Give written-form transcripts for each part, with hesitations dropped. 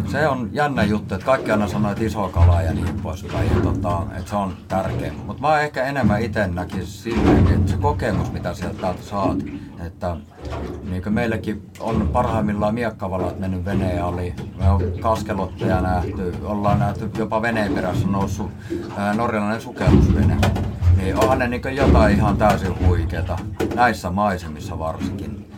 Se on jännä juttu, että kaikki aina sanoo, että iso kala ja niin poispäin, että se on tärkeä. Mutta mä ehkä enemmän itse näkisin silleen, että se kokemus, mitä sieltä täältä saat, että niin kuin meilläkin on parhaimmillaan miekkavalat mennyt veneen ali, me on kaskelotteja nähty, ollaan nähty jopa veneen perässä noussut norjalainen sukellusvene. Niin onhan ne niin jotain ihan täysin huikeeta, näissä maisemissa varsinkin.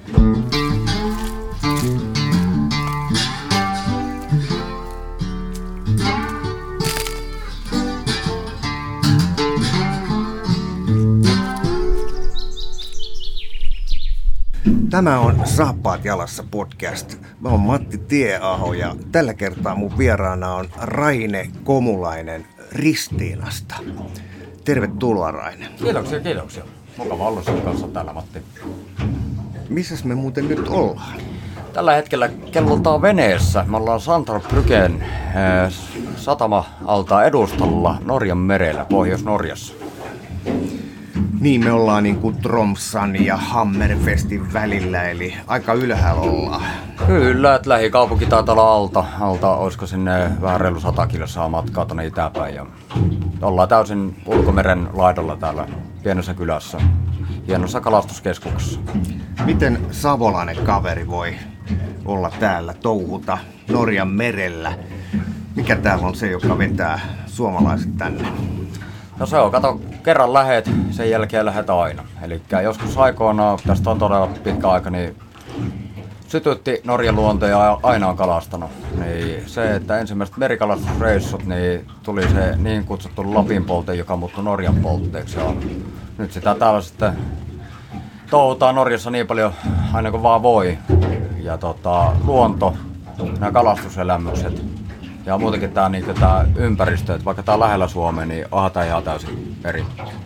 Tämä on Saappaat jalassa podcast. Mä oon Matti Tieaho ja tällä kertaa mun vieraana on Raine Komulainen Ristiinasta. Tervetuloa, Raine. Kiitoksia. Mukava olla sun kanssa täällä, Matti. Missäs me muuten nyt ollaan? Tällä hetkellä kellutaan veneessä. Me ollaan Santarbrücken satama-altaan edustalla Norjan merellä, Pohjois-Norjassa. Niin, me ollaan niin kuin Tromsan ja Hammerfestin välillä, eli aika ylhäällä ollaan. Kyllä, että lähikaupunki taitaa olla alta, olisiko sinne vähän reilu 100 kilsaa matkaa tuonne itäpäin. Ja ollaan täysin ulkomeren laidalla täällä pienessä kylässä, hienossa kalastuskeskuksessa. Miten savolainen kaveri voi olla täällä touhuta Norjan merellä? Mikä täällä on se, joka vetää suomalaiset tänne? No se on, kato, kerran lähet, sen jälkeen lähet aina. Eli joskus aikoinaan, tästä on todella pitkä aika, niin sytytti Norjan luonto ja aina on kalastanut. Niin se, että ensimmäiset merikalastusreissut, niin tuli se niin kutsuttu Lapin polte, joka muuttui Norjan poltteeksi. Ja nyt sitä täällä sitten touhutaan Norjassa niin paljon aina kuin vaan voi. Ja luonto, nämä kalastuselämykset. Ja muutenkin tämä ympäristö, että vaikka tämä on lähellä Suomea, niin onhan tämä ihan täysin eri.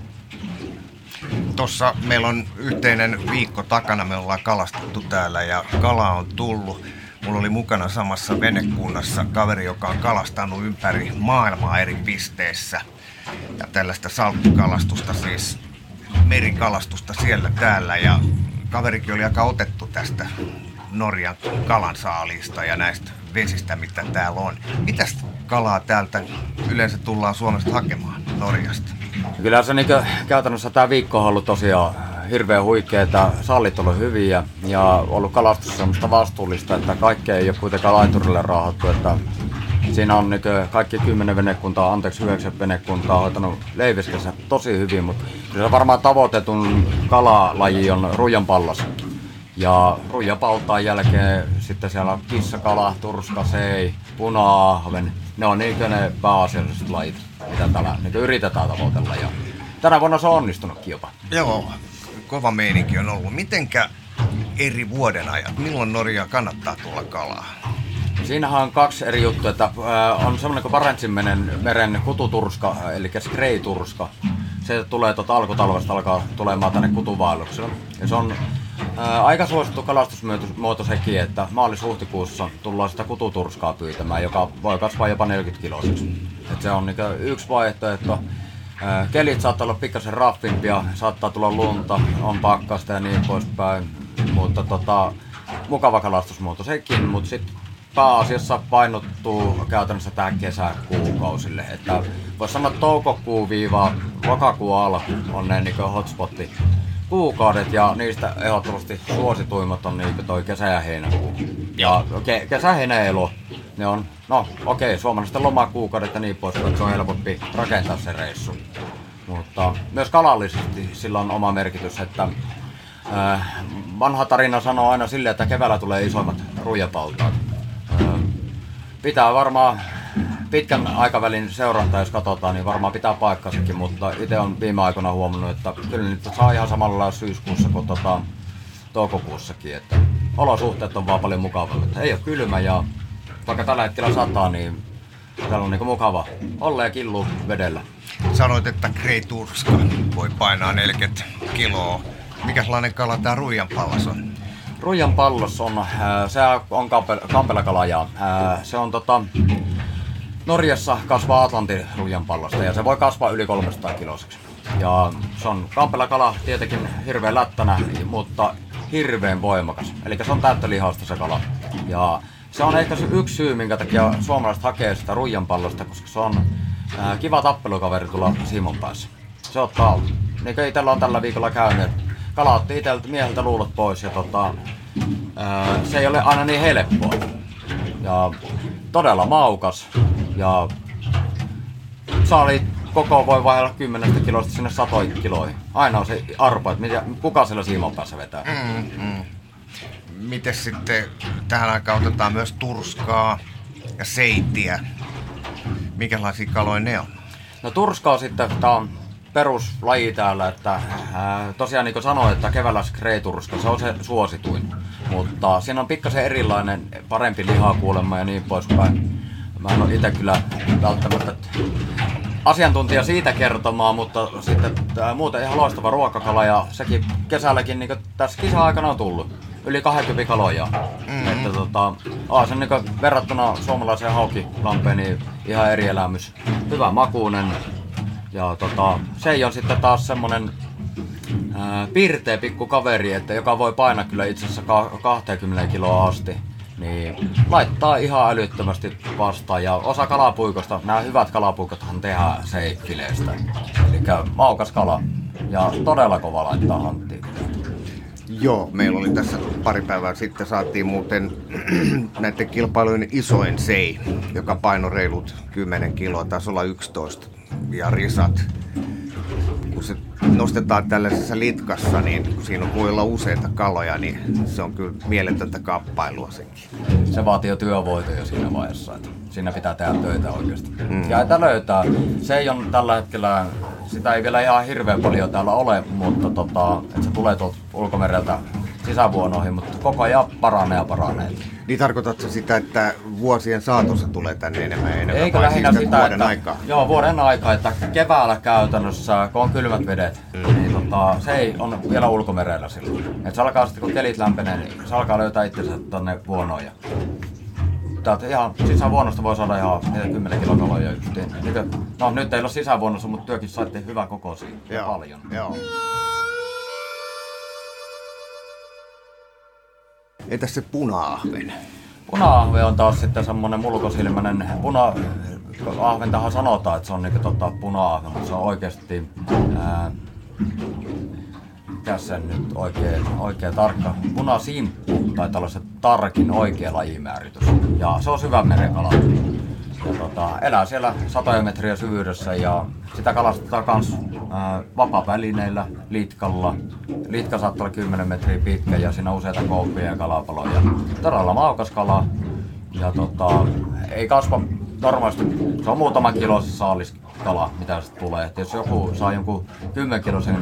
Tuossa meillä on yhteinen viikko takana, me ollaan kalastettu täällä ja kala on tullut. Mulla oli mukana samassa venekunnassa kaveri, joka on kalastanut ympäri maailmaa eri pisteissä. Ja tällaista salkkikalastusta, siis merikalastusta siellä täällä. Ja kaverikin oli aika otettu tästä Norjan kalansaaliista ja näistä vesistä, mitä täällä on. Mitäs kalaa täältä yleensä tullaan Suomesta hakemaan Norjasta? Kyllä se niin käytännössä tämä viikko on ollut tosiaan hirveän huikeeta. Sallit on ollut hyviä ja ollut kalastus semmoista vastuullista, että kaikkea ei ole kuitenkaan laiturille raahattu. Että siinä on niin kaikki 9 venekuntaa hoitanut leiviskässä tosi hyvin, mutta kyllä varmaan tavoitetun kalalaji on ruijanpallos. Ja ruijapaltaan jälkeen sitten siellä on kissakala, turska, sei, puna-ahven. Ne on niinkö ne pääasialliset lajit, mitä täällä niin yritetään tavoitella. Ja tänä vuonna se on onnistunutkin jopa. Joo, kova meininki on ollut. Mitenkä eri vuodenajat? Milloin Norjaan kannattaa tulla kalaa? Siinähän on 2 eri juttua, että on semmoinen kuin Barentsin meren kututurska, eli skreiturska. Se tulee alkutalvesta alkaa tulemaan tänne kutuvaelluksella. Ja se on aika suosittu kalastusmuoto sekin, että maalis-huhtikuussa tullaan sitä kututurskaa pyytämään, joka voi kasvaa jopa 40 kiloiseksi. Et se on yksi vaihtoehto. Kelit saattaa olla pikkasen raffimpia, saattaa tulla lunta, on pakkasta ja niin poispäin. Mutta mukava kalastusmuoto sekin, mutta sitten pääasiassa painottuu käytännössä tähän kesäkuukausille. Että voisi sanoa, että toukokuu-lokakuun alku on ne hotspotti kuukaudet ja niistä ehdottomasti suosituimmat on toi kesä ja heinäkuu. Ja kesä, heinä ja elo, ne on, suomalaisten lomakuukaudet ja niin poispäin, että se on helpompi rakentaa se reissu. Mutta myös kalallisesti sillä on oma merkitys, että vanha tarina sanoo aina silleen, että keväällä tulee isoimmat ruijapaltaat. Pitää varmaan pitkän aikavälin seurantaa, jos katsotaan, niin varmaan pitää paikkansakin, mutta itse olen viime aikoina huomannut, että kyllä niitä saa ihan samalla syyskuussa kuin toukokuussakin, että olosuhteet on vaan paljon mukavammat. Ei ole kylmä ja vaikka tällä hetkellä sataa, niin täällä on mukava olla ja killu vedellä. Sanoit, että skreiturska voi painaa 40 kiloa. Mikäslainen kala tää ruijanpallas on? Ruijanpallos on, se on kampelakala ja se on Norjassa kasvaa Atlantin ruijanpallosta ja se voi kasvaa yli 300 kiloiseksi. Ja se on kampelakala tietenkin hirveän lättänä, mutta hirveän voimakas. Eli se on täyttä lihasta se kala. Ja se on ehkä se yksi syy, minkä takia suomalaiset hakee sitä ruijanpallosta, koska se on kiva tappelukaveri tulla Siimonpäässä. Se ottaa, niin kuin itsellä on tällä viikolla käynyt, kala otti itseltä mieheltä luulot pois ja se ei ole aina niin helppoa. Ja todella maukas ja saali koko voi vaihdella 10 kilosta sinne 100 kiloihin. Aina on se arpo, että kuka siellä Siimonpäässä vetää. Miten sitten tähän aikaan otetaan myös turskaa ja seittiä? Minkälaisia kaloja ne on? No turskaa sitten, tää on peruslaji täällä, että tosiaan niin kuin sanoin, että keväällä skreeturska, se on se suosituin. Mutta siinä on pikkasen erilainen, parempi liha kuulemma ja niin poispäin. Mä en ole itse kyllä välttämättä asiantuntija siitä kertomaan, mutta sitten muuten ihan loistava ruokakala ja sekin kesälläkin niin tässä kisa-aikana on tullut. Yli 20 kaloja. Että se niin verrattuna suomalaiseen haukilampeen niin ihan eri elämys. Hyvä makuinen. Ja se on sitten taas semmonen pirteä pikku kaveri, että joka voi painaa kyllä itse asiassa 20 kiloa asti. Niin laittaa ihan älyttömästi vastaan ja osa kalapuikosta, nämä hyvät kalapuikothan tehdään seikkileestä. Eli maukas kala ja todella kova laittaa hanttiin. Joo, meillä oli tässä pari päivää sitten, saatiin muuten näiden kilpailujen isoin sei, joka painoi reilut 10 kiloa, taisi olla 11 ja risat. Kun se nostetaan tällaisessa litkassa, niin kun siinä voi olla useita kaloja, niin se on kyllä mieletöntä kamppailua senkin. Se vaatii jo työvoitoja siinä vaiheessa, että siinä pitää tehdä töitä oikeasti. Ja että löytää, se ei ole tällä hetkellä, sitä ei vielä ihan hirveän paljon täällä ole, mutta että se tulee tuolta ulkomereltä sisävuonoihin, mutta koko ajan paranee ja paranee. Niin tarkoitatko sitä, että vuosien saatossa tulee tänne enemmän ja enemmän? Eikö lähinnä sitä, vuoden aikaa? Joo, vuoden aikaa, että keväällä käytännössä, kun on kylmät vedet, niin se ei on vielä ulkomerellä silloin. Et se alkaa sitten, kun kelit lämpenee, niin se alkaa löytää itsensä tonne vuonoon. Täältä ihan sisävuonosta voi saada ihan 10 kilokaloja justiin. No nyt ei ole sisävuonossa, mutta työkin saitte hyvä kokoisia ja paljon. Joo. Entäs se puna-ahven? Puna-ahve on taas sitten semmonen mulkosilmäinen. Puna-ahventahan sanotaan, että se on niinku puna-ahve, mutta se on oikeesti mikäs sen nyt oikein tarkka? Punasimppu tai tällaiset tarkin oikea lajimääritys. Ja se on syvänmerenkala. Ja elää siellä 100 metriä syvyydessä ja sitä kalastetaan kans vapavälineillä, litkalla. Litka saattaa olla 10 metriä pitkä ja siinä on useita kouppia ja kalapaloja. Todella maukas kala ja ei kasva normaalisti, se on muutama kilo se saaliskala mitä sitten tulee. Et jos joku saa jonkun 10 kilosen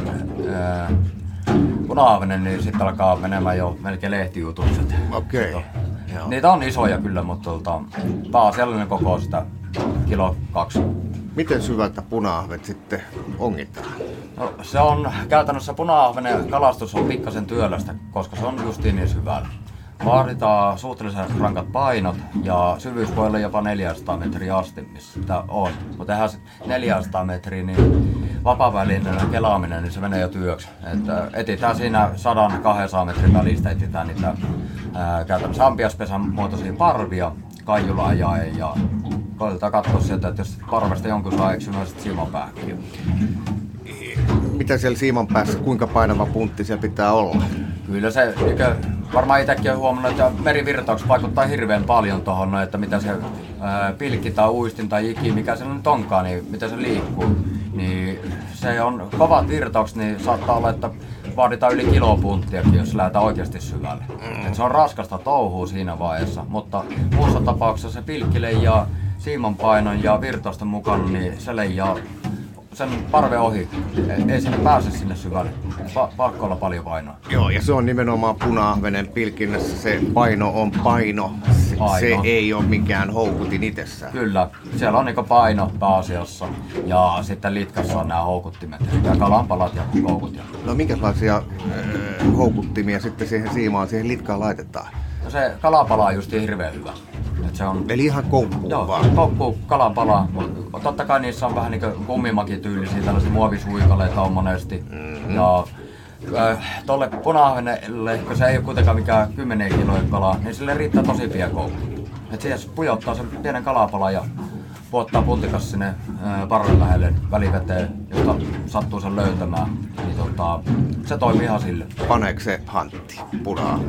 puna-ahvenen, niin sitten alkaa menemään jo melkein lehtijutukset. Okei. Niitä on isoja kyllä, mutta pääasiallinen koko sitä kilo 2. Miten syvältä puna-ahvet sitten ongitaan? No, se on käytännössä puna-ahvenen kalastus on pikkasen työlästä, koska se on justiin niin syvällä. Vaaditaan suhteellisen rankat painot ja syvyys voi olla jopa 400 metriä asti, missä sitä on. Mutta tehdään 400 metriä, niin vapavälineenä kelaaminen, niin se menee jo työksi. Että etitään siinä 100-200 metrin välistä, etitään niitä käytännössä ampiaspesän muotoisia parvia kaijulla ajaen ja koitetaan katsoa sieltä, että jos parvesta jonkun saa eksymään sitten siimanpäähänkin. Mitä siellä siiman päässä, kuinka painava puntti siellä pitää olla? Kyllä se, varmaan itsekin on huomannut, että merivirtaukset vaikuttaa hirveän paljon tuohon, että mitä se pilkki tai uistin tai iki, mikä se nyt onkaan, niin miten se liikkuu. Niin se on kovat virtaukset, niin saattaa olla, että vaaditaan yli kilopunttiakin, jos lähdetään oikeasti syvälle. Et se on raskasta touhua siinä vaiheessa, mutta muussa tapauksessa se pilkki leijaa siimanpainon ja virtausten mukana, niin se leijaa sen parven ohi. Ei sinne pääse sinne syvälle. Pakko olla paljon painoa. Joo, ja se on nimenomaan puna-ahvenen pilkinnässä. Se paino on paino. Se ei ole mikään houkutin itsessään. Kyllä. Siellä on niinku paino pääasiassa. Ja sitten litkassa on nämä houkuttimet. Ja kalanpalat ja koukut. No minkälaisia houkuttimia sitten siihen siimaan, siihen litkaan laitetaan? No se kalapala on just hirveän hyvä. Et se on, eli ihan koukkuun vaan? Joo, koukkuun kalanpala. Totta kai niissä on vähän niinku kummimakityylisiä, tällaisia muovisuikaleita on monesti. Ja tolle puna-ahvenelle, kun se ei ole kuitenkaan mikään 10 kiloa kala, niin sille riittää tosi pieni koukku. että siihen pujottaa sen pienen kalapalan ja puottaa puntikas sinne parren lähelle väliveteen, josta sattuu sen löytämään. Niin se toimii ihan sille. Paneeko se hantti punaalle?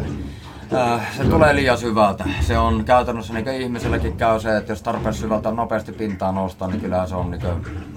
Se tulee liian syvältä. Se on käytännössä, niin kuin ihmiselläkin käy se, että jos tarpeeksi syvältä nopeasti pintaa nostaa, niin kyllä se on niin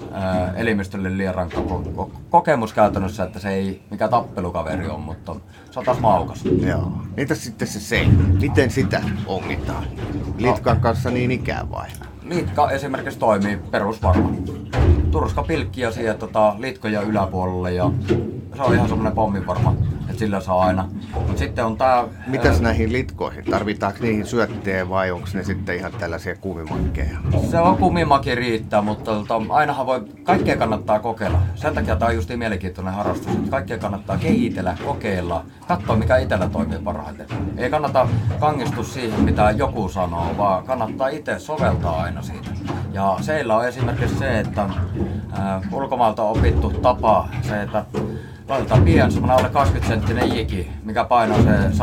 elimistölle liian rankka kokemus käytännössä, että se ei mikä tappelukaveri on, mutta se on taas maukas. Joo. Entäs sitten se seinä? Miten sitä ongitaan? Litkan kanssa niin ikään vai? Litka esimerkiksi toimii perusvarma. Turska pilkkiä siihen litkoja yläpuolelle ja se on ihan semmoinen pomminvarma, että sillä saa aina. Mut sitten on tää... Mitäs näihin litkoihin? Tarvitaanko niihin syötteen vai onko ne sitten ihan tällaisia kumimakkeja? Se on kumimaki riittää, mutta ainahan kaikkea kannattaa kokeilla. Sen takia tää on just mielenkiintoinen harrastus, että kaikkea kannattaa kehitellä, kokeilla, katsoa mikä itsellä toimii parhaiten. Ei kannata kangistua siihen mitä joku sanoo, vaan kannattaa itse soveltaa aina siitä. Ja seillä on esimerkiksi se, että ulkomailta opittu tapa, se että laitetaan pieni semmoinen alle 20-senttinen jiki, mikä painaa se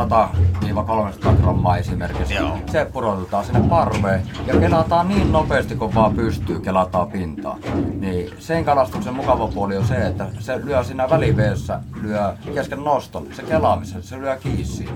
100-300 grammaa esimerkiksi. Joo. Se pudotetaan sinne parveen ja kelataan niin nopeasti kuin vaan pystyy, kelataan pintaa. Niin sen kalastuksen mukava puoli on se, että se lyö siinä väliveessä, lyö kesken noston, se kelaamisen, se lyö kiinni.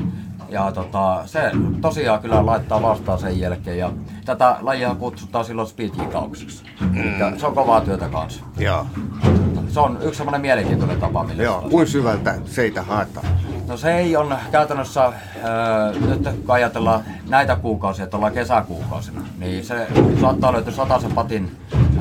Ja se tosiaan kyllä laittaa vastaan sen jälkeen ja tätä lajia kutsutaan silloin speed-jikaukseksi. Se on kovaa työtä kanssa. Joo. Se on yksi semmoinen mielenkiintoinen tapa, millä Joo. Kuinka syvältä seitä haetaan? No se ei on käytännössä, nyt kun ajatellaan näitä kuukausia, että ollaan kesäkuukausina, niin se saattaa löytyä 100 patin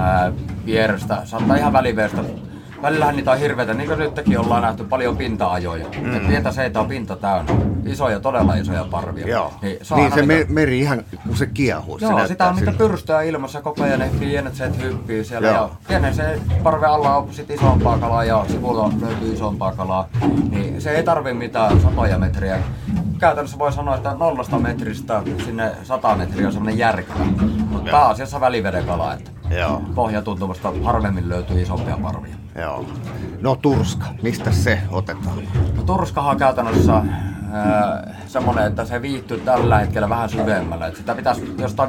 vierestä, saattaa ihan väliveestä. Välillähän niitä on hirveitä, niin kuin nytkin ollaan nähty paljon pinta-ajoja. Pientä seitä on pinta täynnä. Isoja, todella isoja parvia. Joo. Niin se meri ihan, kun se kiehuu. Joo, se sitä on niitä pyrstöjä ilmassa koko ajan, ne pienet seet hyppii siellä. Joo. Ja pienen se parven alla on sit isompaa kalaa ja sivulla löytyy isompaa kalaa. Niin se ei tarvi mitään satoja metriä. Käytännössä voi sanoa, että 0 metristä sinne 100 metriä on semmonen järkevä. Mutta pääasiassa väliveden kala, että pohjatuntumasta harvemmin löytyy isompia parvia. Joo. No turska, mistä se otetaan? No turskahan on käytännössä semmonen, että se viihtyy tällä hetkellä vähän syvemmällä. Että sitä pitäisi jostain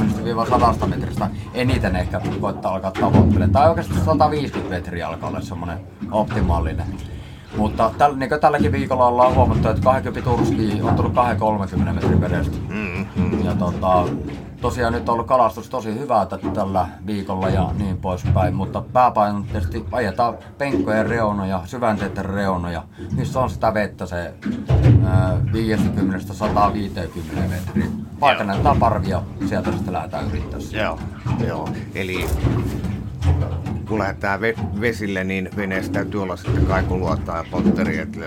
50-100 metristä eniten ehkä koittaa alkaa tavoittelemaan. Tai oikeastaan 150 metriä alkaa olla semmonen optimaalinen. Mutta niin kuin tälläkin viikolla ollaan huomattu, että 20 turskiä on tullut 2-30 metrin vedestä. Ja tosiaan nyt on ollut kalastus tosi hyvää tällä viikolla ja niin poispäin, mutta pääpainoisesti ajetaan penkkojen reunoja, syvänteiden reunoja, missä on sitä vettä se 50-150 metriä. Vaikka näyttää parvia, sieltä sitten lähdetään yrittää. Joo. Eli kun lähdetään vesille, niin veneessä täytyy olla sitten kaikuluotaa ja potteri, että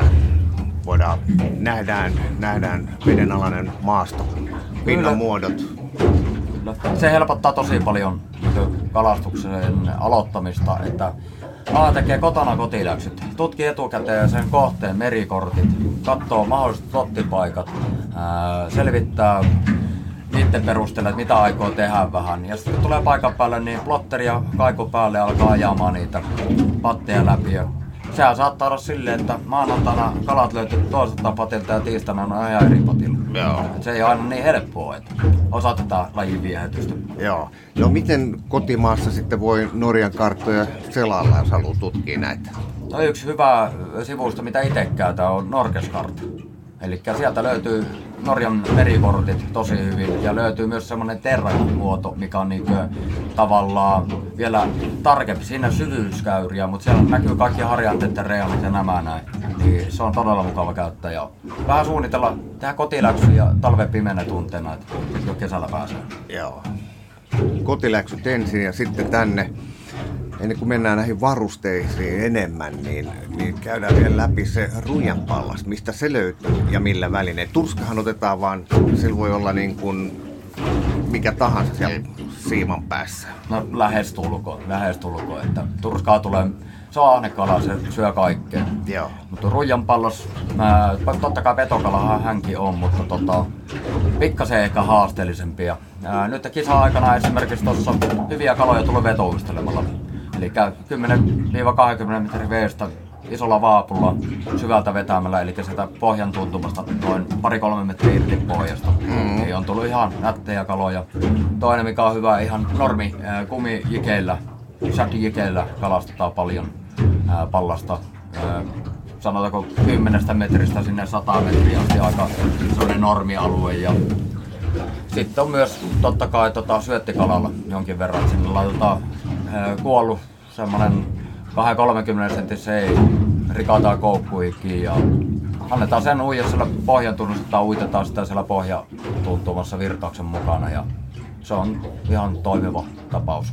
nähdään vedenalainen maasto, pinnan muodot. Se helpottaa tosi paljon kalastuksen aloittamista, että tekee kotona kotiläksyt, tutkii etukäteen sen kohteen merikortit, katsoo mahdolliset tottipaikat, selvittää niiden perusteella, että mitä aikoo tehdä vähän. Ja sitten kun tulee paikan päälle, niin plotteri ja kaiku päälle alkaa ajamaan niitä patteja läpi. Ja sehän saattaa olla silleen, että maanantaina kalat löytyy toiselta patilta ja tiistaina on ihan eri patilla. Se ei ole aina niin helppoa, että osaa tätä lajin viehätystä. Joo. No miten kotimaassa sitten voi Norjan karttoja selailla, jos haluaa tutkia näitä? No yksi hyvä sivusto, mitä itse käytän, on Norgeskart. Eli sieltä löytyy Norjan merikortit tosi hyvin ja löytyy myös semmoinen terramuoto, mikä on tavallaan vielä tarkempi. Siinä syvyyskäyriä, mutta siellä näkyy kaikki harjanteiden reunat ja nämä näin. Niin se on todella mukava käyttää ja vähän suunnitella, tehdä kotiläksyjä ja talven pimeänä tunteena, että jo kesällä pääsee. Joo. Kotiläksyt ensin ja sitten tänne. Ennen kuin mennään näihin varusteisiin enemmän, niin käydään vielä läpi se ruijanpallas, mistä se löytyy ja millä välineet. Turskahan otetaan vaan, sillä voi olla niin kuin mikä tahansa siellä siiman päässä. No lähestulkoon, että turskaa tulee, se on ahnekala, se syö kaikkea. Joo. Mutta ruijanpallos, totta kai petokalahan hänkin on, mutta pikkasen ehkä haasteellisempia. Nyt kisa-aikana esimerkiksi tuossa hyviä kaloja tulee vetouistelemalla. Eli 10-20 metrin veestä isolla vaapulla syvältä vetämällä, eli sieltä pohjan tuntumasta noin 2-3 metriä irti pohjasta. Eli on tullut ihan nättejä kaloja. Toinen mikä on hyvä, ihan normi kumijikeillä, shad-jikeillä kalastetaan paljon pallasta. Sanotaanko 10 metristä sinne 100 metriä asti aika sellainen normialue. Ja sitten on myös totta kai syöttikalalla jonkin verran. Sinne laitetaan kuollut semmonen 2-30 sentin sei, rikataan koukkuikin ja annetaan sen uida siellä pohjan tunnusta, uitetaan sitä siellä pohjatuntumassa virtauksen mukana ja se on ihan toimiva tapaus.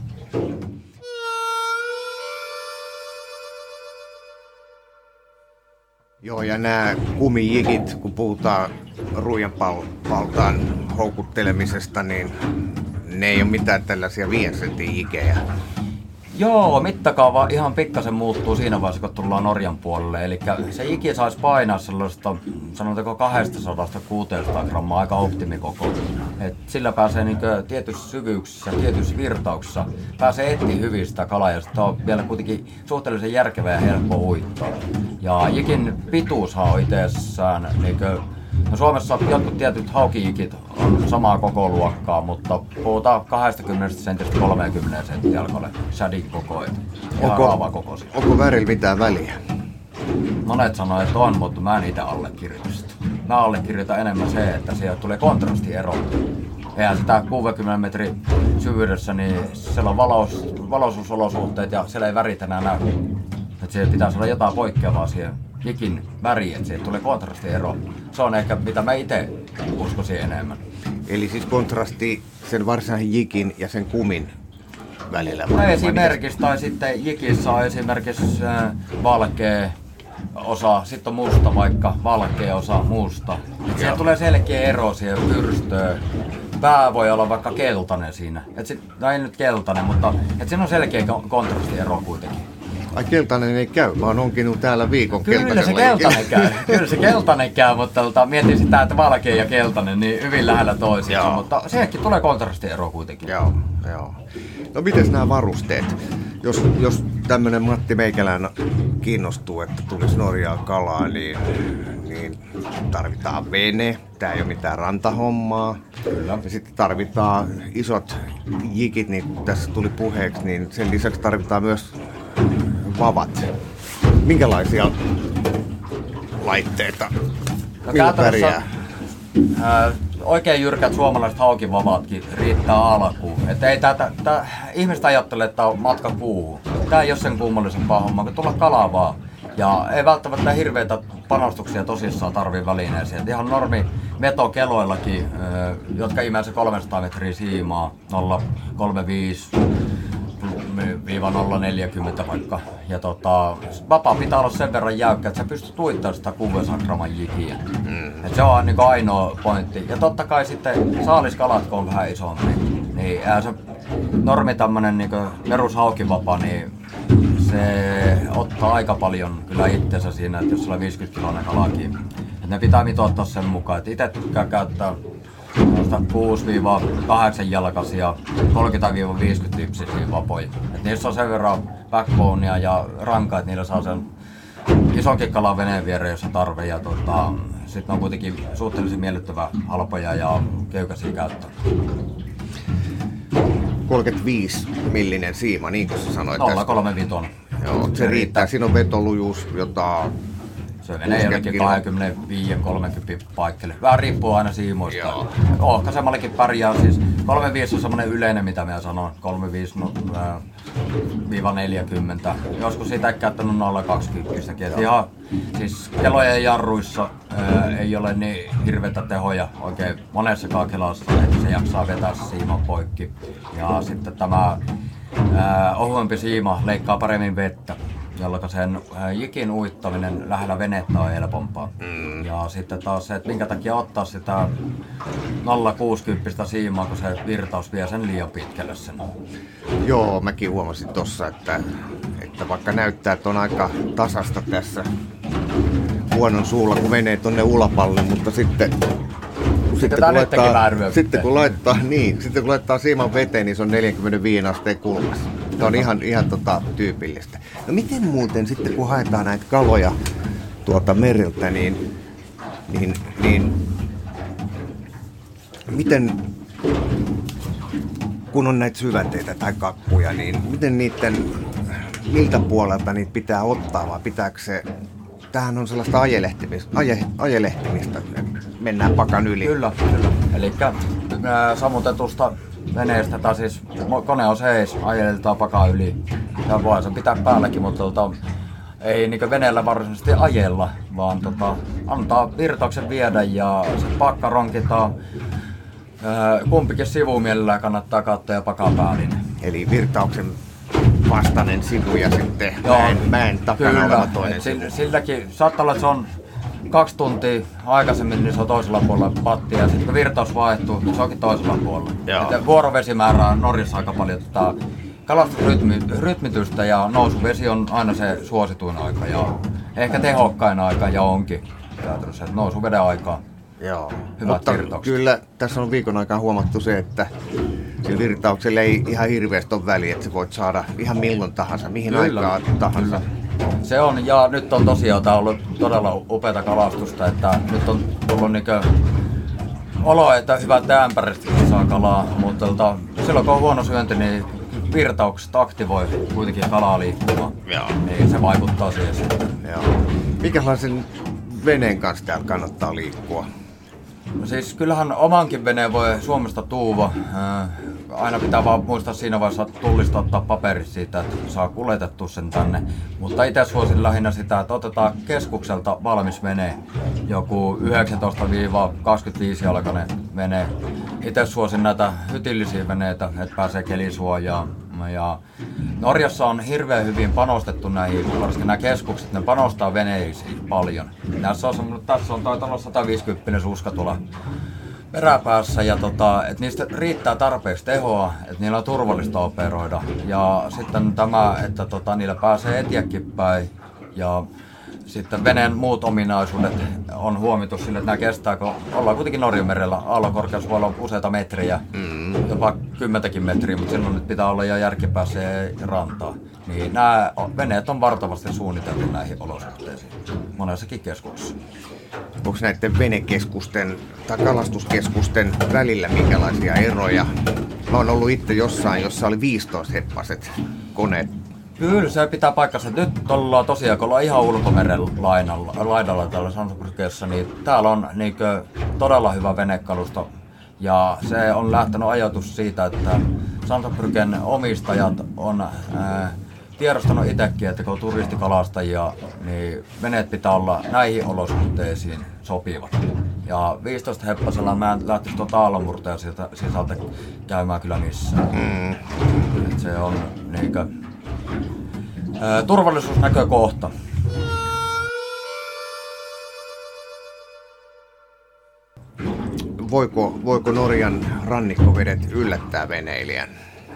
Joo, ja nämä kumijikit, kun puhutaan ruijanpaltaan houkuttelemisesta, niin ne ei ole mitään tällaisia 5 sentin jikejä. Joo, mittakaava ihan pikkasen muuttuu siinä vaiheessa, kun tullaan Norjan puolelle. Eli se jiki saisi painaa sellaista, sanotaanko 200-600 grammaa, aika optimikoko. Et sillä pääsee tietyissä syvyyksissä, tietyissä virtauksissa, pääsee etsiä hyvin sitä kalaa ja sitten on vielä kuitenkin suhteellisen järkevä ja helppo uittaa. Ja jikin pituushan on itsessään, no Suomessa jotkut tietyt haukijikit on samaa koko luokkaa, mutta puhutaan 20 sentistä 30 senttiä alkaa olla shadin koko, ihan raavakokoisia. Onko värillä mitään väliä? Monet sanoo, että on, mutta mä en itse allekirjoita sitä. Mä allekirjoitan enemmän se, että siellä tulee kontrastiero. Eihän sitä 60 metrin syvyydessä, niin siellä on valoisuusolosuhteet ja siellä ei värit enää näy. Että siellä pitäisi olla jotain poikkeavaa siihen jikin väriin, että siitä tulee kontrastiero. Se on ehkä mitä mä itse uskoisin enemmän. Eli siis kontrasti sen varsinaisen jikin ja sen kumin välillä? No esimerkiksi, tai sitten jikissä on esimerkiksi valkea osa, sitten on musta vaikka, valkea osa musta. Siellä tulee selkeä ero siihen pyrstöön. Pää voi olla vaikka keltainen siinä. No ei nyt keltainen, mutta siinä on selkeä kontrastiero kuitenkin. Ai keltainen ei käy, mä oon onkinut täällä viikon Kyllä se keltainen käy. Kyllä se keltainen käy, mutta mietin sitä, että valkea ja keltainen niin hyvin lähellä toisiinsa, mutta siihenkin tulee kontrastiero kuitenkin. Joo. No mites nämä varusteet? Jos tämmönen Matti Meikälän kiinnostuu, että tulisi Norjaan kalaa, niin tarvitaan vene, tää ei ole mitään rantahommaa. Kyllä. Ja sitten tarvitaan isot jikit, niin kuin tässä tuli puheeksi, niin sen lisäksi tarvitaan myös vavat. Minkälaisia laitteita? Millä pärjää? Oikein jyrkät suomalaiset haukivavatkin riittää alkuun. Että ei ihmiset ajattelee, että on matka kuuhun. Tää ei ole sen kummallisempaa hommaa, kun tulla kalaa vaan. Ja ei välttämättä hirveitä panostuksia tosissaan tarvii välineisiin. Ihan normi vetokeloillakin, jotka imee se 300 metriä siimaa, 0,35 0,40 vaikka. Ja vapaa pitää olla sen verran jäykkä, että sä pystyt uittamaan sitä 600 gramman jikiä. Et se on ainoa pointti. Ja totta kai sitten saaliskalat, kun on vähän isompi, niin se normi tämmönen perushaukivapa, niin se ottaa aika paljon kyllä itsensä siinä, että jos sulla on 50 kiloinen kalakin. Et ne pitää mitoittaa sen mukaan, että itse tykkää käyttää 6-8 jalkaisia 30-50 lipsisiä vapoja. Et niissä on sen verran backbonea ja rankaa, että niillä saa sen isonkin kalan veneen viereen, jos on tarve. Ja sitten on kuitenkin suhteellisen miellyttävä halpoja ja köykäisiä käyttää. 35 millinen siima, niin kuin sä sanoit. 0,35. Joo, se riittää. Siinä on vetolujuus, jota se menee jonnekin 25-30 paikkelle. Vähän riippuu aina siimoista. Ohkaisemmallekin pärjää. Siis 35 on semmonen yleinen, mitä mä sanon. 35-40. Joskus sitä ei käyttänyt 0,20. Ihan siis kelojen jarruissa ei ole niin hirveitä tehoja oikein monessakaan kelassa, että se jaksaa vetää siiman poikki. Ja sitten tämä ohuempi siima leikkaa paremmin vettä, jolloin sen jikin uittaminen lähellä venettä on helpompaa. Ja sitten taas se, että minkä takia ottaa sitä 0,60 siimaa, kun se virtaus vie sen liian pitkälle sen. Joo, mäkin huomasin tossa, että vaikka näyttää, että on aika tasasta tässä huonon suulla, kun menee tonne ulapalle, mutta sitten kun laittaa siiman veteen, niin se on 45 asteen kulmassa. Se on ihan tyypillistä. No miten muuten sitten, kun haetaan näitä kaloja tuolta mereltä, niin miten, kun on näitä syvänteitä tai kakkuja, niin miten miltä puolelta niitä pitää ottaa, vai pitääkö se, tämähän on sellaista ajelehtimistä, mennään pakan yli. Kyllä. Eli sammutetusta veneestä, tai siis kone on seis, ajeltaan pakan yli. Ja voi se pitää päälläkin, mutta ei niin veneellä varsinaisesti ajella, vaan antaa virtauksen viedä ja se pakka ronkitaan. Kumpikin sivu mielellään kannattaa katsoa ja pakan päällinen. Eli virtauksen vastainen sivu ja sitten mäen takana oleva toinen sivu. Silläkin saattaa olla, että se on 2 tuntia aikaisemmin, niin se on toisella puolella pattia, ja sitten kun virtaus vaihtuu, niin se onkin toisella puolella. Vuorovesimäärä on Norjassa aika paljon kalastusrytmitystä, ja nousuvesi on aina se suosituin aika ja ehkä tehokkain aika, ja onkin käytännössä, että nousuveden aikaa. Joo, hyvät virtaukset. Kyllä tässä on viikon aikaan huomattu se, että sillä virtauksella ei ihan hirveästi ole väliä, että sä voit saada ihan milloin tahansa, mihin aikaan tahansa. Se on, ja nyt on tosiaan tää ollut todella upeata kalastusta, että nyt on tullut olo, että hyvät ämpäristäkin saa kalaa, mutta silloin kun on huono syönti, niin virtaukset aktivoi kuitenkin kalaa liikkumaan. Joo. Niin se vaikuttaa siihen sitten. Joo. Mikälaisen veneen kanssa täällä kannattaa liikkua? No siis kyllähän omankin veneen voi Suomesta tuuva. Aina pitää vaan muistaa siinä vaiheessa tullista ottaa paperit siitä, että saa kuljetettua sen tänne. Mutta itse suosin lähinnä sitä, että otetaan keskukselta valmis vene. Joku 19-25 jalkainen vene. Itse suosin näitä hytillisiä veneitä, että pääsee kelisuojaan. Ja Norjassa on hirveän hyvin panostettu näihin, varsinkin nämä keskukset, ne panostaa veneisiin paljon. Tässä on taitaa olla 150 suska tuolla peräpäässä, ja että niistä riittää tarpeeksi tehoa, että niillä on turvallista operoida. Ja sitten tämä, että niillä pääsee etiäkin päin, ja sitten veneen muut ominaisuudet on huomittu sille, että nämä kestää, kun ollaan kuitenkin Norjanmerellä, aallonkorkeus voi olla useita metriä, jopa 10 metriä, mutta silloin nyt pitää olla jo järkipäässä rantaa. Niin nämä veneet on vartavasti suunniteltu näihin olosuhteisiin monessakin keskuksessa. Onko näiden venekeskusten tai kalastuskeskusten välillä minkälaisia eroja? Mä oon ollut itse jossain, jossa oli 15-heppaset koneet. Kyllä se pitää paikkansa. Nyt ollaan tosiaan, kun ollaan ihan ulkomeren laidalla täällä Sandsjöbrugessa, niin täällä on todella hyvä venekalusto. Ja se on lähtenyt ajatus siitä, että Sandsjöbruggen omistajat on tiedostanut itsekin, että kun on turistikalastajia, niin veneet pitää olla näihin olosuhteisiin sopivat. Ja 15-heppasella mä en lähtisi tuota aallonmurtoja sisältä käymään kyllä missään. Se on turvallisuusnäkökohta. Voiko Norjan rannikkovedet yllättää veneilijän?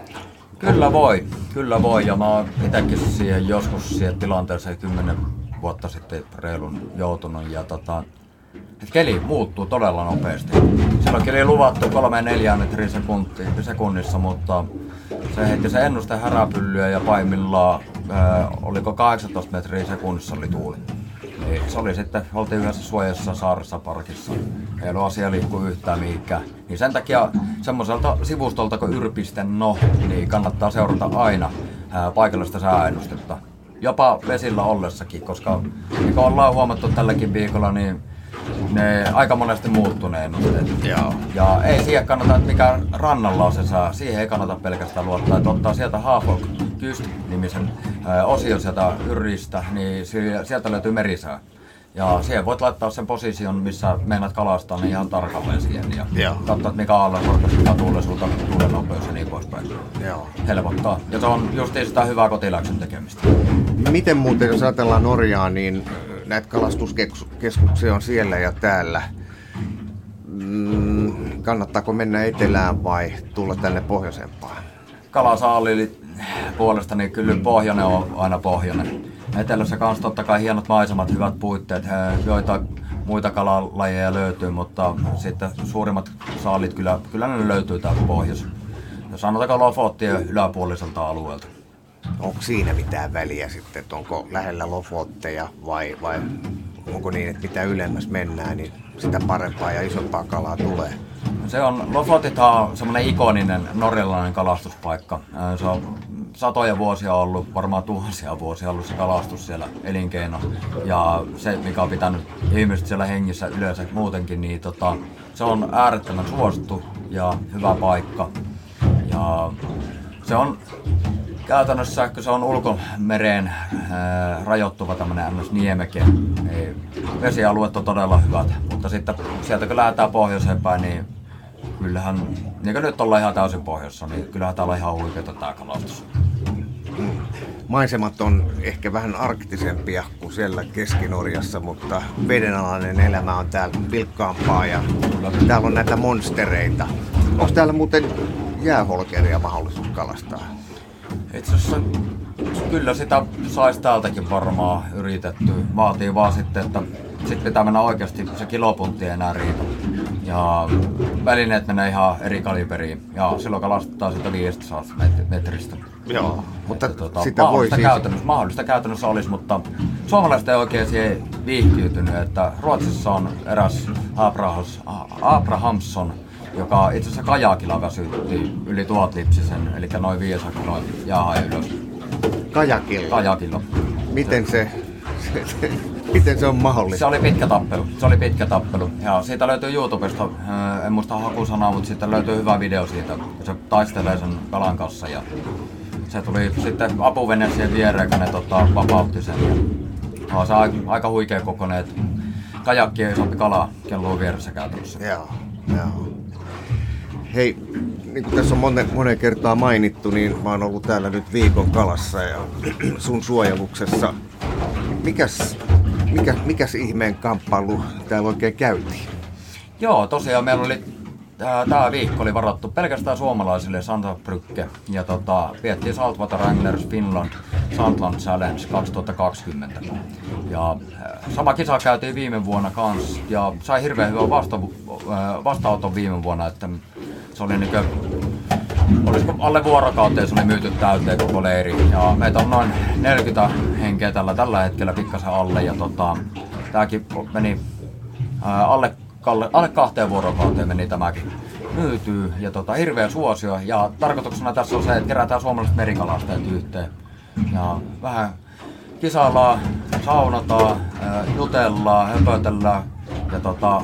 Kyllä voi, ja mä oon itsekin siihen tilanteeseen 10 vuotta sitten reilun joutunut, ja keli muuttuu todella nopeasti. Silloinkin oli luvattu 3-4 metriä sekunnissa, mutta se heitti se ennuste häräpyllyä ja paimillaan oliko 18 metriä sekunnissa oli tuuli. Niin se oli sitten, oltiin yhdessä suojassa saaressa parkissa. Ei ollut asia liikkuu yhtään mihinkään. Niin sen takia semmoiselta sivustolta kuin yr.no, niin kannattaa seurata aina paikallista sääennustetta. Jopa vesillä ollessakin, koska niin kuin ollaan huomattu tälläkin viikolla, niin ne aika monesti muuttuneen ennusteet. Ja ei siihen kannata, että mikä rannalla on se sää. Siihen ei kannata pelkästään luottaa, että ottaa sieltä Havok-kyst-nimisen osion sieltä yristä, niin sieltä löytyy merisää. Ja siihen voit laittaa sen position, missä meinaat kalastaa, niin ihan tarkalleen siihen. Ja katsoa, mikä aallonkorkeus, mikä tuulisuutta, tuulen nopeus ja niin poispäin. Helpottaa. Ja se on justiin sitä hyvää kotiläksyn tekemistä. Miten muuten, jos ajatellaan Norjaa, niin näitä kalastuskeskuksia on siellä ja täällä. Kannattaako mennä etelään vai tulla tänne pohjoisempaan? Kalasaali puolesta, niin kyllä pohjoinen on aina pohjoinen. Etelässä kanssa totta kai hienot maisemat, hyvät puitteet, joita muita kalalajeja löytyy, mutta sitten suurimmat saalit kyllä ne löytyy täältä pohjois. Ja sanotaanko Lofottien yläpuoliselta alueelta. Onko siinä mitään väliä sitten, että onko lähellä lofotteja vai onko niin, että mitä ylemmäs mennään, niin sitä parempaa ja isompaa kalaa tulee? Se on, Lofotithan on semmoinen ikoninen norjalainen kalastuspaikka. Se on satoja vuosia ollut, varmaan tuhansia vuosia ollut se kalastus siellä elinkeino. Ja se, mikä on pitänyt ihmiset siellä hengissä yleensä muutenkin, niin se on äärettömän suosittu ja hyvä paikka. Ja se on käytännössä, kun se on ulkomereen rajoittuva tämmöinen niemeke, niin vesialueet on todella hyvät. Mutta sitten sieltä kun lähdetään pohjoiseen päin, niin kyllähän, niin kuin nyt ollaan ihan täysin pohjoissa, niin kyllähän täällä on ihan huikeeta tää kalastus. Maisemat on ehkä vähän arktisempia kuin siellä Keski-Norjassa, mutta vedenalainen elämä on täällä vilkkaampaa ja täällä on näitä monstereita. Onko täällä muuten jääholkeria mahdollisuus kalastaa? Itse asiassa kyllä sitä saisi täältäkin varmaan yritetty. Vaatii vaan sitten, että sit pitää mennä oikeasti, se kilopuntti ei enää riitä. Ja välineet menee ihan eri kaliberiin ja silloin kalastetaan sitä 500 metristä. Joo, mutta sitä voi siis... Mahdollista käytännössä olisi, mutta suomalaiset ei oikein siihen viihkiytynyt, että Ruotsissa on eräs Abrahamsson, joka itse asiassa kajakilla väsytti yli 1000-lipsisen, eli noin 500 kiloa jäähän ylös. Kajakilla? Miten se on mahdollista? Se oli pitkä tappelu. Ja siitä löytyy YouTubesta, en muista hakusanaa, mutta siitä löytyy hyvä video siitä, kun se taistelee sen kalan kanssa. Ja se tuli sitten apuvene siihen viereen, kun ne vapautti sen. Ja se on aika huikea kokoinen, että kajakki ei isompi kala kello vieressä käytännössä. Joo. Hei, niin kuin tässä on monen kertaa mainittu, niin mä oon ollut täällä nyt viikon kalassa ja sun suojeluksessa. Mikäs ihmeen kamppailu täällä oikein käytiin? Joo, tosiaan meillä oli, tää viikko oli varattu pelkästään suomalaisille Santa Brücke ja viettiin Saltwater Anglers Finland Sandland Challenge 2020. Ja sama kisa käytiin viime vuonna kanssa ja sai hirveän hyvän vastaanoton viime vuonna, että se oli niinkö, olisiko alle vuorokauteen se oli myyty täyteen koko leiri ja meitä on noin 40 henkeä tällä hetkellä pikkasen alle ja tääkin meni alle 2 vuorokauteen meni tämäkin myytyy ja hirveä suosio ja tarkoituksena tässä on se, että kerätään suomalaiset merikalastajat yhteen ja vähän kisaillaan, saunotaan, jutellaan, höpötellään ja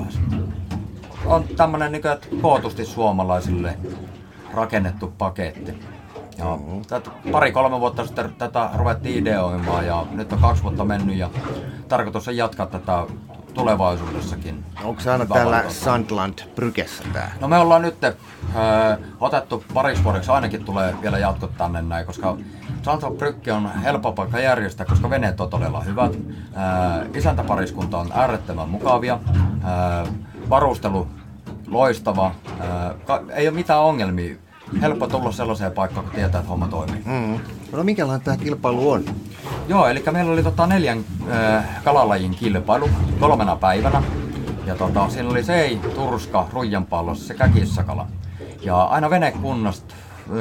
on tämmönen niin kuin, kootusti suomalaisille rakennettu paketti. Ja 2-3 vuotta sitten tätä ruvettiin ideoimaan ja nyt on 2 vuotta mennyt ja tarkoitus on jatkaa tätä tulevaisuudessakin. Onko se aina täällä Sandland Bryggessä tää? No me ollaan nyt otettu pariksi vuodeksi, ainakin tulee vielä jatkot tänne näin, koska Sandland Brygge on helppo paikka järjestää, koska veneet on todella hyvät. Isäntäpariskunta on äärettömän mukavia. Varustelu loistava. Ei ole mitään ongelmia. Helppo tulla sellaiseen paikkaan, kun tietää, että homma toimii. No minkälainen tämä kilpailu on? Joo, eli meillä oli 4 kalalajin kilpailu 3 päivänä. Ja siinä oli sei, turska, ruijanpallos sekä kissakala. Ja aina venekunnasta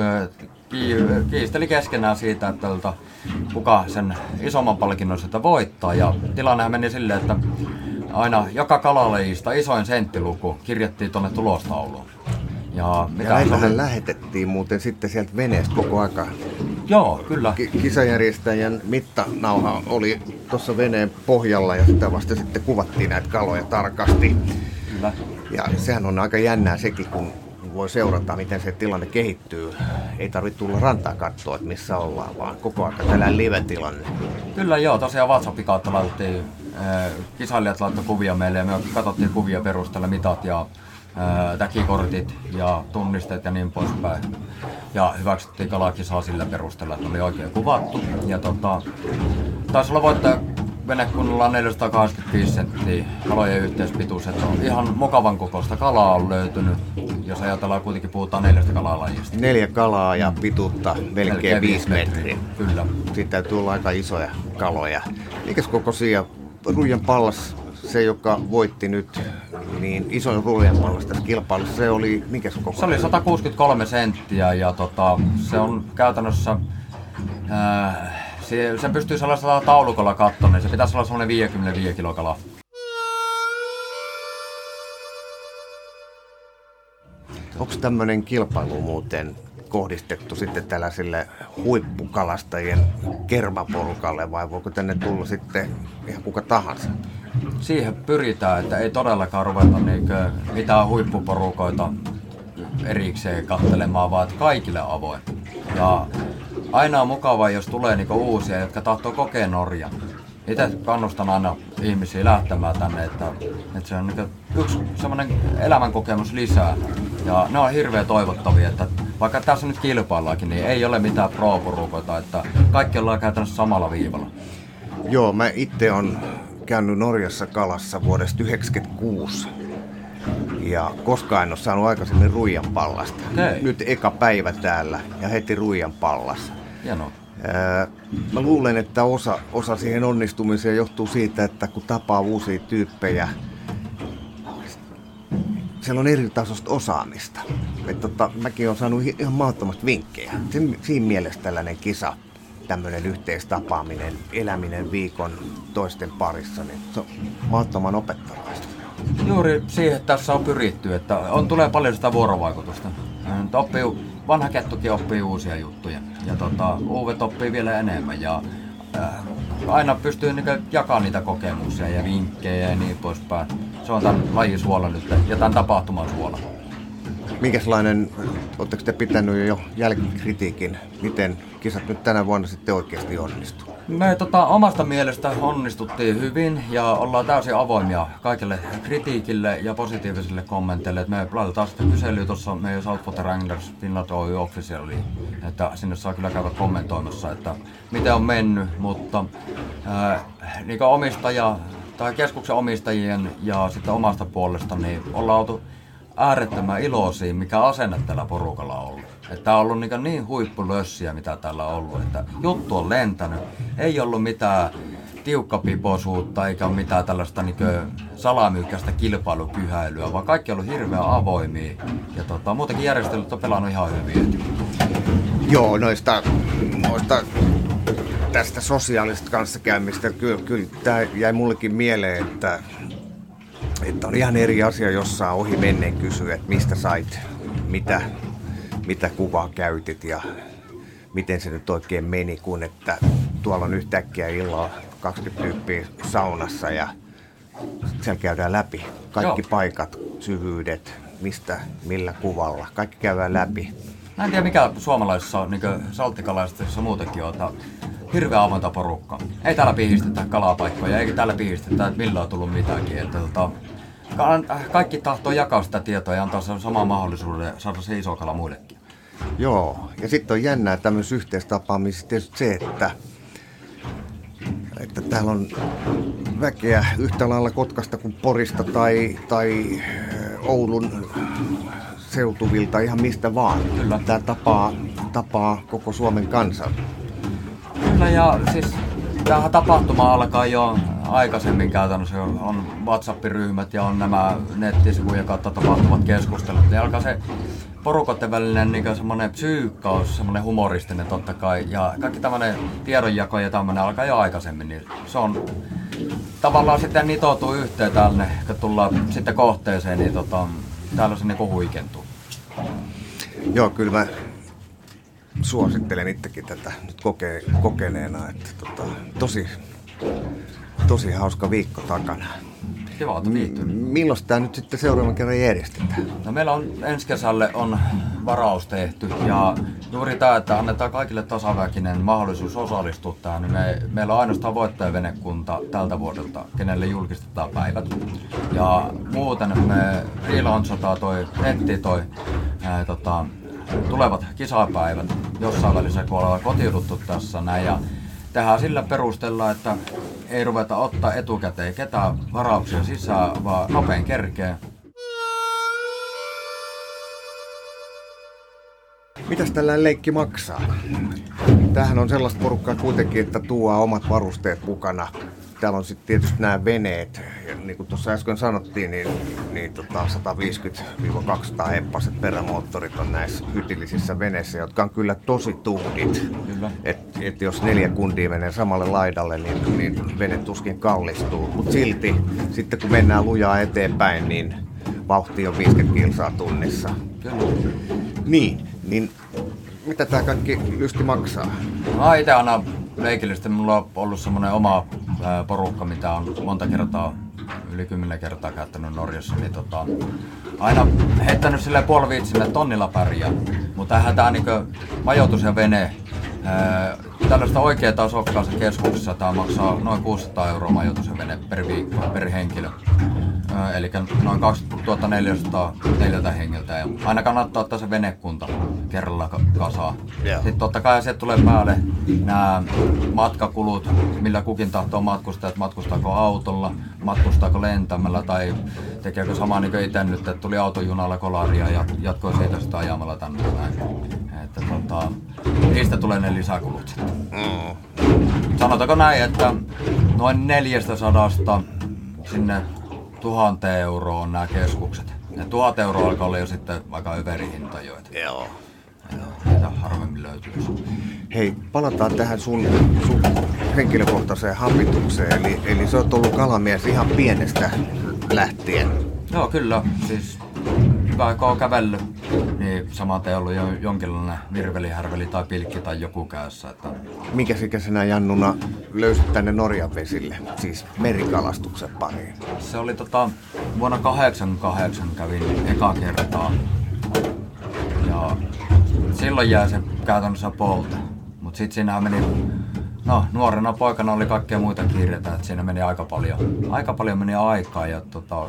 kiisteli keskenään siitä, että kuka sen isomman palkinnon sitä voittaa. Ja tilannehan meni silleen, että aina joka kalalajista isoin senttiluku kirjattiin tuonne tulostauluun. Ja näitähän lähetettiin muuten sitten sieltä veneestä koko aika. Joo, kyllä. Kisajärjestäjän mittanauha oli tuossa veneen pohjalla ja sitä vasta sitten kuvattiin näitä kaloja tarkasti. Kyllä. Ja sehän on aika jännää sekin, kun voi seurata, miten se tilanne kehittyy. Ei tarvitse tulla rantaa katsoa, että missä ollaan, vaan koko ajan tällainen live-tilanne. Kyllä joo, tosiaan WhatsAppin kautta laitettiin, kisailijat laittoi kuvia meille ja me katsottiin kuvia perusteella mitat ja täkikortit ja tunnisteet ja niin poispäin. Ja hyväksyttiin kalakisaa sillä perusteella, että oli oikein kuvattu. Ja taisi olla voittaja venekunnalla 485 senttiä kalojen yhteispituus, että on ihan mukavan kokoista kalaa on löytynyt. Jos ajatellaan, kuitenkin puhutaan 4 kalalajista. 4 kalaa ja pituutta melkein 5 metriä. Kyllä. Siitä täytyy olla aika isoja kaloja. Mikäs kokoisia? Ruijan pallas, se joka voitti nyt, niin isoin ruijan pallas tässä kilpailussa, se oli mikäs kokoinen? Se oli 163 senttiä ja se on käytännössä Se pystyy sellaisella taulukolla katsomaan, niin se pitäisi olla semmoinen 55 kilo kala. Onko tämmöinen kilpailu muuten kohdistettu sitten tällaisille huippukalastajien kermaporukalle vai voiko tänne tulla sitten ihan kuka tahansa? Siihen pyritään, että ei todellakaan ruveta mitään huippuporukoita erikseen katselemaan, vaan että kaikille avoin. Ja aina on mukavaa, jos tulee uusia, jotka tahtoo kokea Norjan. Itse kannustan aina ihmisiä lähtemään tänne, että se on yksi semmoinen elämänkokemus lisää. Ja ne on hirveän toivottavia, että vaikka tässä nyt kilpaillaankin, niin ei ole mitään pro-porukoita, että kaikki ollaan käytännössä samalla viivalla. Joo, mä itse on käynyt Norjassa kalassa vuodesta 1996. Ja koskaan en ole saanut aikaisemmin ruijan pallasta. Okay. Nyt eka päivä täällä ja heti ruijan pallas. Hienoa. Mä luulen, että osa siihen onnistumiseen johtuu siitä, että kun tapaa uusia tyyppejä, siellä on eri tasosta osaamista. Mäkin olen saanut ihan mahdottomasti vinkkejä. Siinä mielessä tällainen kisa, tämmöinen yhteistapaaminen, eläminen viikon toisten parissa, niin se on mahdottoman opettavaista. Juuri siihen tässä on pyritty, että tulee paljon sitä vuorovaikutusta. Vanha kettukin oppii uusia juttuja ja uudet oppii vielä enemmän ja aina pystyy jakamaan niitä kokemuksia ja vinkkejä ja niin poispäin. Se on tämän lajin suola nyt ja tämän tapahtuman suola. Minkälainen, oletteko te pitänyt jo jälkikritiikin, miten kisat nyt tänä vuonna sitten oikeasti onnistuu? Me omasta mielestä onnistuttiin hyvin ja ollaan täysin avoimia kaikille kritiikille ja positiivisille kommenteille. Et me laitetaan sitä kyselyä tuossa meidän South Water Anglers Finland Oy Officialiin, että sinne saa kyllä käydä kommentoimassa, että miten on mennyt, mutta niin omistaja tai keskuksen omistajien ja sitten omasta puolesta niin ollaan oltu äärettömän iloisia, mikä asenne tällä porukalla on ollut. Että on ollut niin huippulössiä, mitä täällä on ollut, että juttu on lentänyt. Ei ollut mitään tiukkapipoisuutta eikä ole mitään tällaista salamyykkäistä kilpailukyhäilyä, vaan kaikki on ollut hirveän avoimia. Ja muutenkin järjestelyt on pelannut ihan hyvin. Joo, noista tästä sosiaalisesta kanssakäymistä kyllä tämä jäi mullekin mieleen, että on ihan eri asia jossain ohi menneen kysyä, että mistä sait, mitä kuvaa käytit ja miten se nyt oikein meni, kun että tuolla on yhtäkkiä illalla 20 tyyppiä saunassa ja siellä käydään läpi kaikki paikat, syvyydet, millä kuvalla, kaikki käydään läpi. Mä en tiedä mikä suomalaisessa salttikalastuksessa muutenkin on, että hirveän avointa porukka. Ei täällä pihistetä kalapaikkoja, eikä täällä pihistetä, että millä on tullut mitäkin. Että kaikki tahtoo jakaa sitä tietoa ja antaa sen saman mahdollisuuden saada se iso kala muillekin. Joo, ja sitten on jännää tämmöisessä yhteistapaamisessa tietysti se, että täällä on väkeä yhtä lailla Kotkasta kuin Porista tai Oulun seutuvilta, ihan mistä vaan. Kyllä. Tämä tapaa koko Suomen kansan. Kyllä, ja siis tämähän tapahtuma alkaa jo aikaisemmin käytännössä. On WhatsApp-ryhmät ja on nämä nettisivujen kautta tapahtuvat keskustelut. Ja alkaa se porukoiden välinen semmoinen psyykkaus, semmoinen humoristinen totta kai. Ja kaikki tämmöinen tiedonjako ja tämmöinen alkaa jo aikaisemmin. Niin se on tavallaan sitten nitoutuu yhteen tänne, kun tullaan sitten kohteeseen, niin täällä se huikentuu. Joo, kyllä mä suosittelen itsekin tätä nyt kokeneena, että tosi hauska viikko takana. Kiva, että viihtynyt. Milloin tämä nyt sitten seuraavan kerran järjestetään? No, meillä on ensi kesälle on varaus tehty ja juuri tämä, että annetaan kaikille tasaväkinen mahdollisuus osallistua tähän, niin meillä on ainoastaan voittajavenekunta tältä vuodelta, kenelle julkistetaan päivät. Ja muuten me relaunchataan tulevat kisapäivät jossain välissä, kun ollaan kotiuduttu tässä näin. Ja tehdään sillä perusteella, että ei ruveta ottaa etukäteen ketään varauksia sisään, vaan nopein kerkee. Mitäs tällainen leikki maksaa? Tämähän on sellaista porukkaa kuitenkin, että tuo omat varusteet mukana. täällä on sitten tietysti nämä veneet. Ja niin kuin tuossa äsken sanottiin, niin 150-200 heppaset perämoottorit on näissä hytillisissä veneissä, jotka on kyllä tosi tuhdit. Että jos 4 kundia menee samalle laidalle, niin vene tuskin kallistuu. Mutta silti, sitten kun mennään lujaa eteenpäin, niin vauhti on 50 kilsaa tunnissa. Kyllä. Niin mitä tää kaikki lysti maksaa? Mä itse aina leikillisesti, mulla on ollut semmonen oma porukka, mitä on monta kertaa, yli 10 kertaa käyttänyt Norjassa, niin aina heittänyt silleen puoliviitsinä tonnilla pärjää. Mutta eihän tää niinkö majoitus ja vene, tällaista oikeeta asukkaassa keskuksessa tää maksaa noin 600 € majoitus ja vene per viikko, per henkilö. Eli noin 2400 4 hengiltä ja aina kannattaa ottaa se venekunta kerralla kasaan. Sitten totta kai sieltä tulee päälle nämä matkakulut, millä kukin tahtoo matkustaa, että matkustaako autolla, matkustaako lentämällä tai tekeekö samaa niin kuin itse nyt, että tuli autojunalla Kolaria ja jatkoi siitä sitä ajamalla tänne näin. Että niistä tulee ne lisäkulut sitten. Sanotaanko näin, että noin 400 sinne 1000 € on nämä keskukset. Ja 1000 € alkaa olla jo sitten aika överihinta jo. Joo. Niitä harvemmin löytyy. Hei, palataan tähän sun henkilökohtaiseen hampitukseen. Eli sä oot ollut kalamies ihan pienestä lähtien. Joo, kyllä. Siis hyvä, kun on kävellyt, niin samaten ollut jo jonkinlainen virveli, härveli tai pilkki tai joku käyssä. Että... Minkäs ikäisenä Jannuna löysit tänne Norjan vesille, siis merikalastuksen pariin? Se oli vuonna 1988 kävin eka kertaa. Ja silloin jäi se käytännössä polte. Mut sit siinähän meni, nuorena poikana oli kaikkea muita kiireitä, että siinä meni aika paljon meni aikaa ja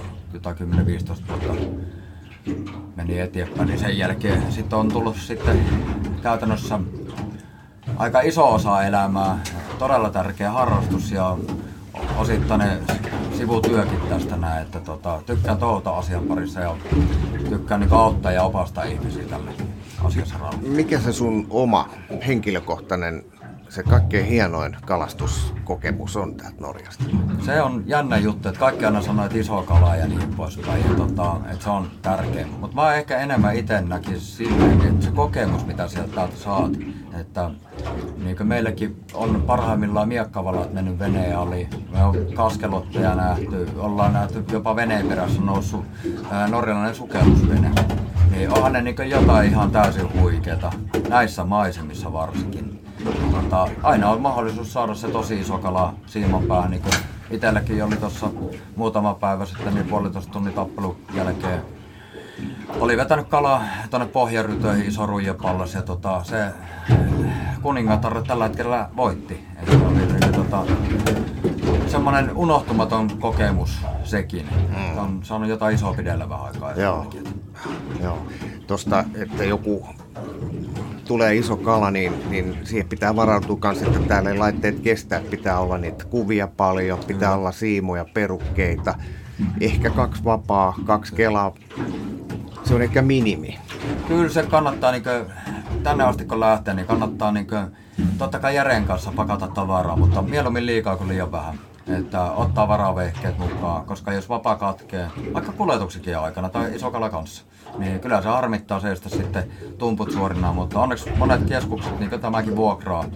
10-15 vuotta meni eteenpäin, niin sen jälkeen sitten on tullut sitten käytännössä aika iso osa elämää, todella tärkeä harrastus ja osittainen sivutyökin tästä näin, että tykkään touhuta asian parissa ja tykkään niin auttaa ja opastaa ihmisiä tälle asiasaralla. Mikä se sun oma henkilökohtainen, se kaikkein hienoin kalastuskokemus on täältä Norjasta? Se on jännä juttu, että kaikki aina sanoo, että iso kala ja niin poispäin, että se on tärkeä. Mutta mä ehkä enemmän itse näkisin silleen, että se kokemus, mitä sieltä täältä saat, että niin kuin meilläkin on parhaimmillaan miekkavalat mennyt veneen ali, me on kaskelotteja nähty, ollaan nähty jopa veneen perässä noussut norjalainen sukellusvene. Niin onhan ne niin jotain ihan täysin huikeeta, näissä maisemissa varsinkin. Aina on mahdollisuus saada se tosi iso kala siiman päähän. Niin itselläkin oli tuossa muutama päivä sitten, niin 1,5 tunnin tappelun jälkeen oli vetänyt kalaa tuonne pohjarytöihin, iso ruijapallas, ja se kuningatar tällä hetkellä voitti. Eli oli semmoinen unohtumaton kokemus sekin. On saanut jotain isoa pidellä vähän aikaa. Joo. Tosta, että joku tulee iso kala, niin siihen pitää varautua myös, että täällä ei laitteet kestää. Pitää olla niitä kuvia paljon, pitää olla siimoja, perukkeita. Ehkä 2 vapaa, 2 kelaa. Se on ehkä minimi. Kyllä se kannattaa, tänne asti kun lähtee, niin kannattaa totta kai järjen kanssa pakata tavaraa, mutta mieluummin liikaa kuin liian vähän. Että ottaa varavehkeet mukaan, koska jos vapaa katkee, vaikka kuljetuksikin aikana tai iso kala kanssa, niin kyllä se harmittaa seistä sitten tumput suorinaan, mutta onneksi monet keskukset, niin kuin tämäkin vuokraa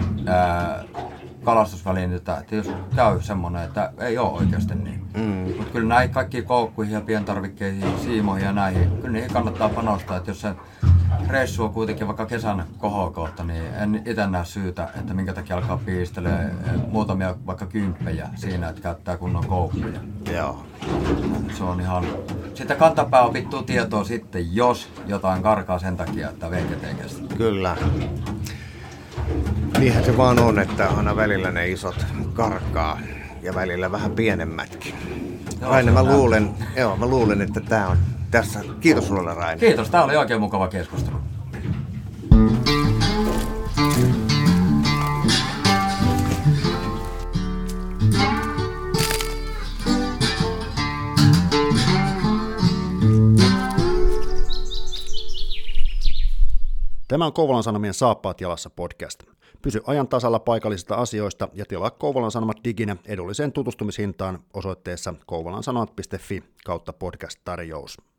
kalastusvälineitä, että jos käy semmoinen, että ei ole oikeasti niin. Mutta kyllä näihin kaikkiin koukkuihin ja pientarvikkeihin, siimoihin ja näihin, kyllä niihin kannattaa panostaa, että jos se reissu on kuitenkin vaikka kesän kohokohta, niin en itse näe syytä, että minkä takia alkaa piistelee muutamia vaikka kymppejä siinä, että käyttää kunnon koukkuja. Joo. Se on ihan... Sitten kantapää opittuu tietoa sitten, jos jotain karkaa sen takia, että vehket ei kestä. Kyllä. Niinhän se vaan on, että aina välillä ne isot karkaa ja välillä vähän pienemmätkin. Raine, mä luulen, että tää on tässä. Kiitos sulle, Raine. Kiitos, tää oli oikein mukava keskustelu. Tämä on Kouvolan Sanomien Saappaat jalassa podcast. Pysy ajan tasalla paikallisista asioista ja tilaa Kouvolan Sanomat diginä edulliseen tutustumishintaan osoitteessa kouvolansanomat.fi/podcast-tarjous.